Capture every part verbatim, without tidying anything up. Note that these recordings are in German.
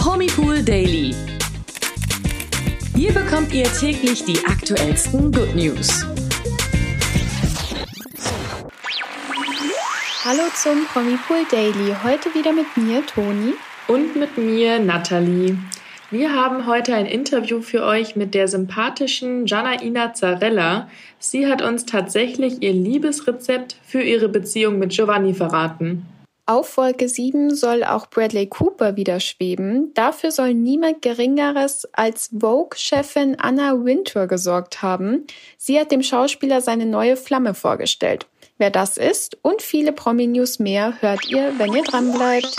Promipool Daily. Hier bekommt ihr täglich die aktuellsten Good News. Hallo zum Promipool Daily. Heute wieder mit mir, Toni. Und mit mir, Nathalie. Wir haben heute ein Interview für euch mit der sympathischen Janaina Zarella. Sie hat uns tatsächlich ihr Liebesrezept für ihre Beziehung mit Giovanni verraten. Auf Wolke sieben soll auch Bradley Cooper wieder schweben. Dafür soll niemand Geringeres als Vogue-Chefin Anna Wintour gesorgt haben. Sie hat dem Schauspieler seine neue Flamme vorgestellt. Wer das ist und viele Promi-News mehr hört ihr, wenn ihr dranbleibt.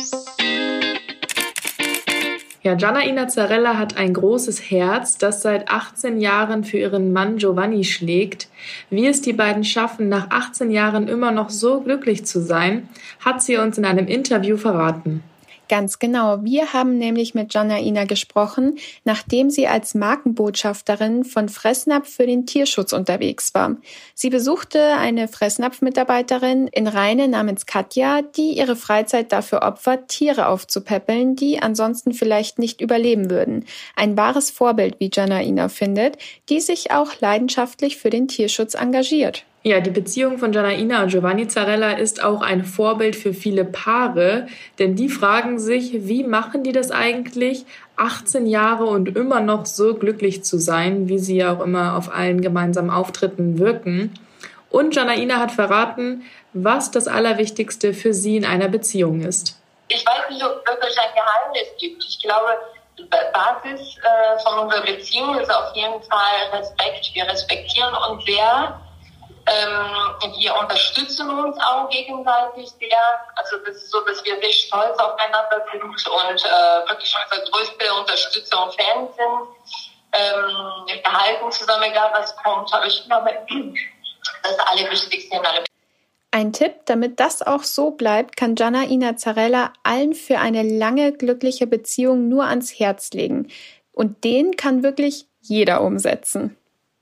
Ja, Janaina Zarella hat ein großes Herz, das seit achtzehn Jahren für ihren Mann Giovanni schlägt. Wie es die beiden schaffen, nach achtzehn Jahren immer noch so glücklich zu sein, hat sie uns in einem Interview verraten. Ganz genau. Wir haben nämlich mit Janaina gesprochen, nachdem sie als Markenbotschafterin von Fressnapf für den Tierschutz unterwegs war. Sie besuchte eine Fressnapf-Mitarbeiterin in Rheine namens Katja, die ihre Freizeit dafür opfert, Tiere aufzupäppeln, die ansonsten vielleicht nicht überleben würden. Ein wahres Vorbild, wie Janaina findet, die sich auch leidenschaftlich für den Tierschutz engagiert. Ja, die Beziehung von Janaina und Giovanni Zarella ist auch ein Vorbild für viele Paare, denn die fragen sich, wie machen die das eigentlich, achtzehn Jahre und immer noch so glücklich zu sein, wie sie ja auch immer auf allen gemeinsamen Auftritten wirken. Und Janaina hat verraten, was das Allerwichtigste für sie in einer Beziehung ist. Ich weiß nicht, ob es wirklich ein Geheimnis gibt. Ich glaube, Basis äh, von unserer Beziehung ist auf jeden Fall Respekt. Wir respektieren uns sehr. Ähm, wir unterstützen uns auch gegenseitig sehr. Also das ist so, dass wir sehr stolz aufeinander sind und äh, wirklich unsere größte Unterstützer und Fans sind. Ähm, wir halten zusammen, egal was kommt. Aber ich glaube, das ist das Allerwichtigste in einer Beziehung. Ein Tipp, damit das auch so bleibt, kann Janaina Zarella allen für eine lange, glückliche Beziehung nur ans Herz legen. Und den kann wirklich jeder umsetzen.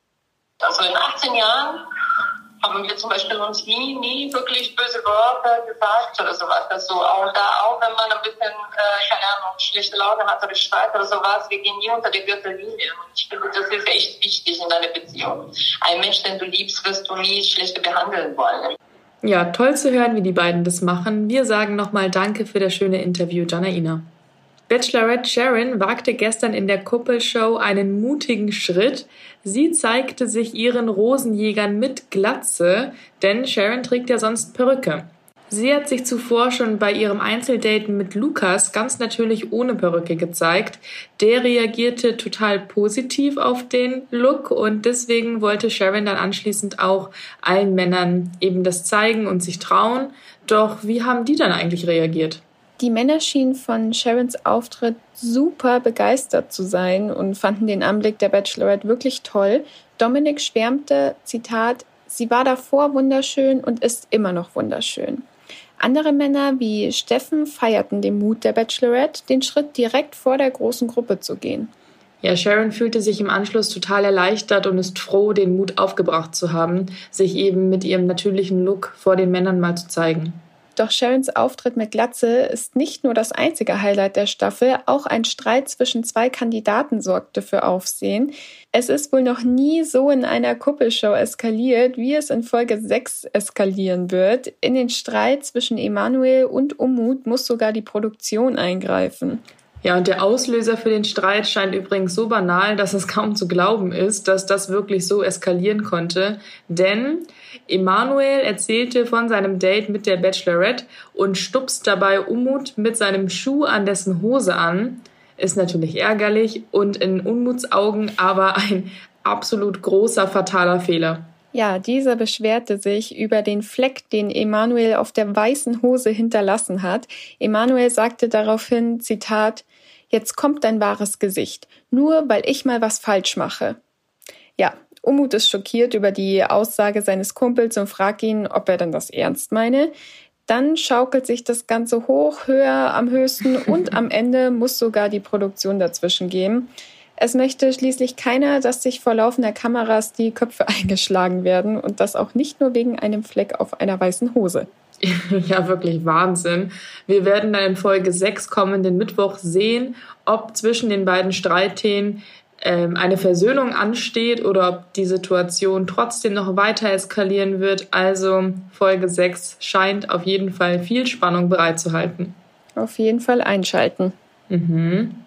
Also in achtzehn Jahren haben wir zum Beispiel uns nie, nie wirklich böse Worte gesagt oder sowas. Also auch da, auch wenn man ein bisschen, äh, keine Ahnung, schlechte Laune hat oder Streit oder sowas, wir gehen nie unter die Gürtellinie. Und ich finde, das ist echt wichtig in deiner Beziehung. Ein Mensch, den du liebst, wirst du nie schlecht behandeln wollen. Ja, toll zu hören, wie die beiden das machen. Wir sagen nochmal Danke für das schöne Interview, Janaina. Bachelorette Sharon wagte gestern in der Kuppelshow einen mutigen Schritt. Sie zeigte sich ihren Rosenjägern mit Glatze, denn Sharon trägt ja sonst Perücke. Sie hat sich zuvor schon bei ihrem Einzeldate mit Lukas ganz natürlich ohne Perücke gezeigt. Der reagierte total positiv auf den Look und deswegen wollte Sharon dann anschließend auch allen Männern eben das zeigen und sich trauen. Doch wie haben die dann eigentlich reagiert? Die Männer schienen von Sharons Auftritt super begeistert zu sein und fanden den Anblick der Bachelorette wirklich toll. Dominik schwärmte, Zitat, sie war davor wunderschön und ist immer noch wunderschön. Andere Männer wie Steffen feierten den Mut der Bachelorette, den Schritt direkt vor der großen Gruppe zu gehen. Ja, Sharon fühlte sich im Anschluss total erleichtert und ist froh, den Mut aufgebracht zu haben, sich eben mit ihrem natürlichen Look vor den Männern mal zu zeigen. Doch Sharons Auftritt mit Glatze ist nicht nur das einzige Highlight der Staffel, auch ein Streit zwischen zwei Kandidaten sorgte für Aufsehen. Es ist wohl noch nie so in einer Kuppelshow eskaliert, wie es in Folge sechs eskalieren wird. In den Streit zwischen Emanuel und Umut muss sogar die Produktion eingreifen. Ja, und der Auslöser für den Streit scheint übrigens so banal, dass es kaum zu glauben ist, dass das wirklich so eskalieren konnte. Denn Emanuel erzählte von seinem Date mit der Bachelorette und stupst dabei Umut mit seinem Schuh an dessen Hose an. Ist natürlich ärgerlich und in Umuts Augen aber ein absolut großer, fataler Fehler. Ja, dieser beschwerte sich über den Fleck, den Emanuel auf der weißen Hose hinterlassen hat. Emanuel sagte daraufhin, Zitat, jetzt kommt dein wahres Gesicht, nur weil ich mal was falsch mache. Ja, Umut ist schockiert über die Aussage seines Kumpels und fragt ihn, ob er denn das ernst meine. Dann schaukelt sich das Ganze hoch, höher, am höchsten und am Ende muss sogar die Produktion dazwischen gehen. Es möchte schließlich keiner, dass sich vor laufender Kameras die Köpfe eingeschlagen werden und das auch nicht nur wegen einem Fleck auf einer weißen Hose. Ja, wirklich Wahnsinn. Wir werden dann in Folge sechs kommenden Mittwoch sehen, ob zwischen den beiden Streitthemen ähm, eine Versöhnung ansteht oder ob die Situation trotzdem noch weiter eskalieren wird. Also Folge sechs scheint auf jeden Fall viel Spannung bereitzuhalten. Auf jeden Fall einschalten. Mhm.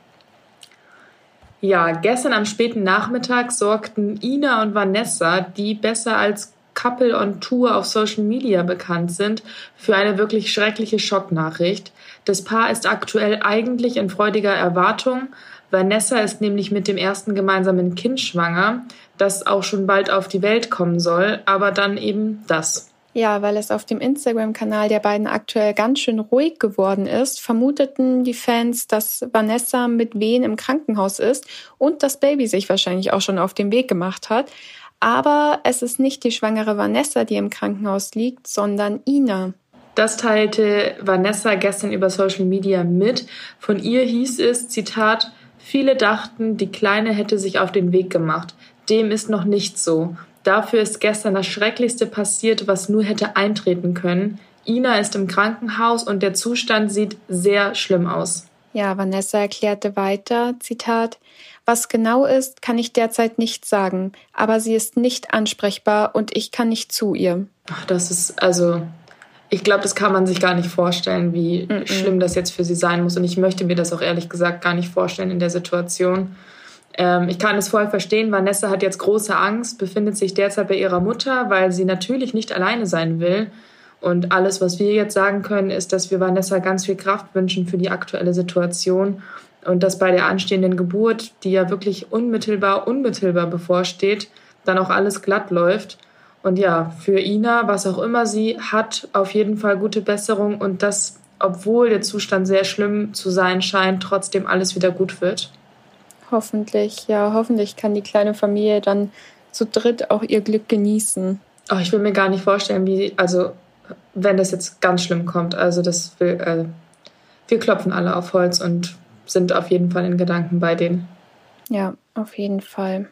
Ja, gestern am späten Nachmittag sorgten Ina und Vanessa, die besser als Couple on Tour auf Social Media bekannt sind, für eine wirklich schreckliche Schocknachricht. Das Paar ist aktuell eigentlich in freudiger Erwartung. Vanessa ist nämlich mit dem ersten gemeinsamen Kind schwanger, das auch schon bald auf die Welt kommen soll, aber dann eben das. Ja, weil es auf dem Instagram-Kanal der beiden aktuell ganz schön ruhig geworden ist, vermuteten die Fans, dass Vanessa mit Wehen im Krankenhaus ist und das Baby sich wahrscheinlich auch schon auf den Weg gemacht hat. Aber es ist nicht die schwangere Vanessa, die im Krankenhaus liegt, sondern Ina. Das teilte Vanessa gestern über Social Media mit. Von ihr hieß es, Zitat, viele dachten, die Kleine hätte sich auf den Weg gemacht. Dem ist noch nicht so. Dafür ist gestern das Schrecklichste passiert, was nur hätte eintreten können. Ina ist im Krankenhaus und der Zustand sieht sehr schlimm aus. Ja, Vanessa erklärte weiter, Zitat, was genau ist, kann ich derzeit nicht sagen, aber sie ist nicht ansprechbar und ich kann nicht zu ihr. Ach, das ist, also, ich glaube, das kann man sich gar nicht vorstellen, wie Mm-mm. schlimm das jetzt für sie sein muss. Und ich möchte mir das auch ehrlich gesagt gar nicht vorstellen in der Situation. Ähm, ich kann es voll verstehen, Vanessa hat jetzt große Angst, befindet sich derzeit bei ihrer Mutter, weil sie natürlich nicht alleine sein will. Und alles, was wir jetzt sagen können, ist, dass wir Vanessa ganz viel Kraft wünschen für die aktuelle Situation und dass bei der anstehenden Geburt, die ja wirklich unmittelbar, unmittelbar bevorsteht, dann auch alles glatt läuft. Und ja, für Ina, was auch immer sie hat, auf jeden Fall gute Besserung und dass, obwohl der Zustand sehr schlimm zu sein scheint, trotzdem alles wieder gut wird. Hoffentlich, ja, hoffentlich kann die kleine Familie dann zu dritt auch ihr Glück genießen. Oh, ich will mir gar nicht vorstellen, wie, also wenn das jetzt ganz schlimm kommt. Also das will, äh, wir klopfen alle auf Holz und sind auf jeden Fall in Gedanken bei denen. Ja, auf jeden Fall.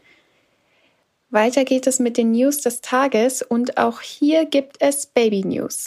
Weiter geht es mit den News des Tages und auch hier gibt es Baby-News.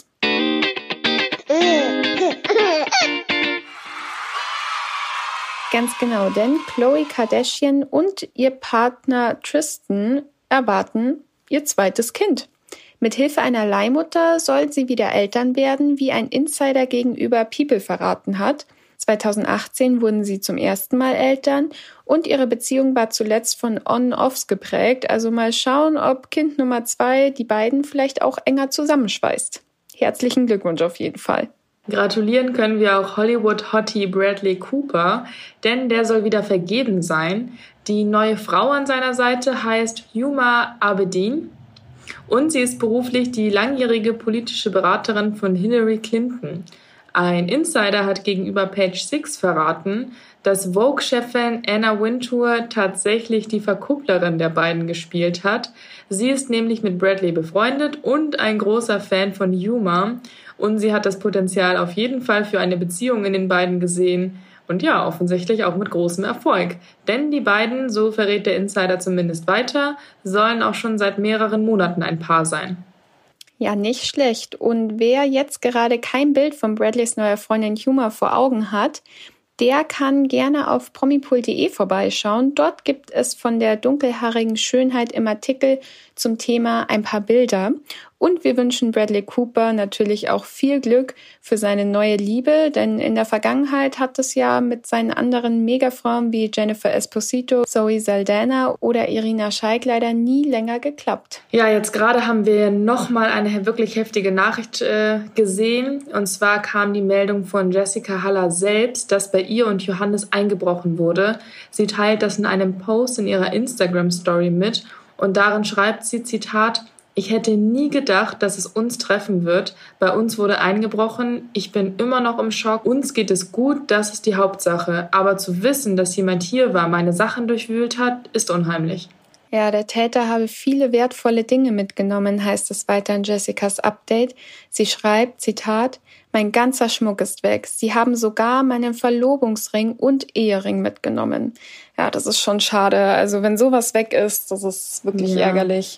Ganz genau, denn Khloe Kardashian und ihr Partner Tristan erwarten ihr zweites Kind. Mit Hilfe einer Leihmutter soll sie wieder Eltern werden, wie ein Insider gegenüber People verraten hat. zweitausendachtzehn wurden sie zum ersten Mal Eltern und ihre Beziehung war zuletzt von On-Offs geprägt. Also mal schauen, ob Kind Nummer zwei die beiden vielleicht auch enger zusammenschweißt. Herzlichen Glückwunsch auf jeden Fall. Gratulieren können wir auch Hollywood-Hottie Bradley Cooper, denn der soll wieder vergeben sein. Die neue Frau an seiner Seite heißt Huma Abedin und sie ist beruflich die langjährige politische Beraterin von Hillary Clinton. Ein Insider hat gegenüber Page Six verraten, dass Vogue-Chefin Anna Wintour tatsächlich die Verkupplerin der beiden gespielt hat. Sie ist nämlich mit Bradley befreundet und ein großer Fan von Huma. Und sie hat das Potenzial auf jeden Fall für eine Beziehung in den beiden gesehen. Und ja, offensichtlich auch mit großem Erfolg. Denn die beiden, so verrät der Insider zumindest weiter, sollen auch schon seit mehreren Monaten ein Paar sein. Ja, nicht schlecht. Und wer jetzt gerade kein Bild von Bradleys neuer Freundin Huma vor Augen hat, der kann gerne auf promipool punkt de vorbeischauen. Dort gibt es von der dunkelhaarigen Schönheit im Artikel zum Thema ein paar Bilder. Und wir wünschen Bradley Cooper natürlich auch viel Glück für seine neue Liebe, denn in der Vergangenheit hat es ja mit seinen anderen Megafrauen wie Jennifer Esposito, Zoe Saldana oder Irina Shayk leider nie länger geklappt. Ja, jetzt gerade haben wir nochmal eine wirklich heftige Nachricht äh, gesehen. Und zwar kam die Meldung von Jessica Haller selbst, dass bei ihr und Johannes eingebrochen wurde. Sie teilt das in einem Post in ihrer Instagram-Story mit und darin schreibt sie, Zitat, ich hätte nie gedacht, dass es uns treffen wird. Bei uns wurde eingebrochen. Ich bin immer noch im Schock. Uns geht es gut, das ist die Hauptsache. Aber zu wissen, dass jemand hier war, meine Sachen durchwühlt hat, ist unheimlich. Ja, der Täter habe viele wertvolle Dinge mitgenommen, heißt es weiter in Jessicas Update. Sie schreibt, Zitat, mein ganzer Schmuck ist weg. Sie haben sogar meinen Verlobungsring und Ehering mitgenommen. Ja, das ist schon schade. Also wenn sowas weg ist, das ist wirklich ja. ärgerlich.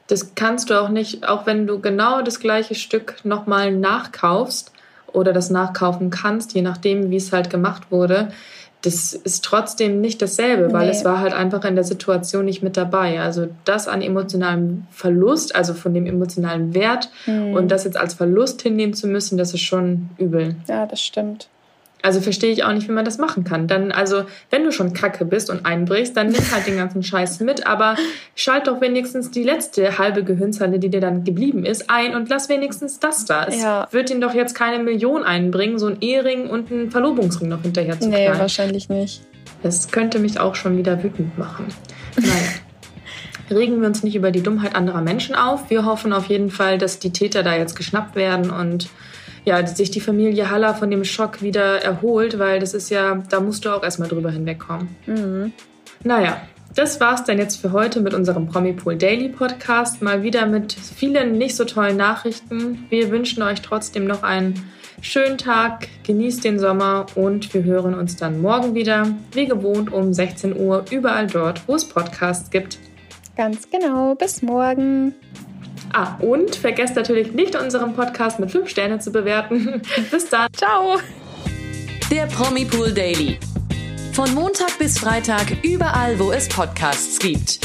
Das kannst du auch nicht, auch wenn du genau das gleiche Stück nochmal nachkaufst oder das nachkaufen kannst, je nachdem, wie es halt gemacht wurde. Das ist trotzdem nicht dasselbe, weil nee. es war halt einfach in der Situation nicht mit dabei. Also das an emotionalem Verlust, also von dem emotionalen Wert hm. und das jetzt als Verlust hinnehmen zu müssen, das ist schon übel. Ja, das stimmt. Also verstehe ich auch nicht, wie man das machen kann. Dann, also, wenn du schon kacke bist und einbrichst, dann nimm halt den ganzen Scheiß mit, aber schalt doch wenigstens die letzte halbe Gehirnzelle, die dir dann geblieben ist, ein und lass wenigstens das da. Es ja. wird ihn doch jetzt keine Million einbringen, so ein Ehering und einen Verlobungsring noch hinterher zu knallen. Nee, wahrscheinlich nicht. Das könnte mich auch schon wieder wütend machen. Naja. Regen wir uns nicht über die Dummheit anderer Menschen auf. Wir hoffen auf jeden Fall, dass die Täter da jetzt geschnappt werden und ja, sich die Familie Haller von dem Schock wieder erholt, weil das ist ja, da musst du auch erstmal drüber hinwegkommen. Mhm. Naja, das war's dann jetzt für heute mit unserem Promipool Daily Podcast. Mal wieder mit vielen nicht so tollen Nachrichten. Wir wünschen euch trotzdem noch einen schönen Tag, genießt den Sommer und wir hören uns dann morgen wieder, wie gewohnt um sechzehn Uhr, überall dort, wo es Podcasts gibt. Ganz genau, bis morgen. Ah, und vergesst natürlich nicht, unseren Podcast mit fünf Sternen zu bewerten. Bis dann. Ciao. Der Promipool Daily. Von Montag bis Freitag überall, wo es Podcasts gibt.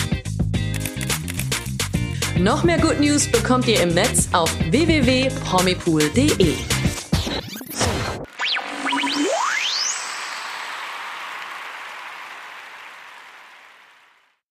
Noch mehr Good News bekommt ihr im Netz auf w w w punkt promipool punkt d e.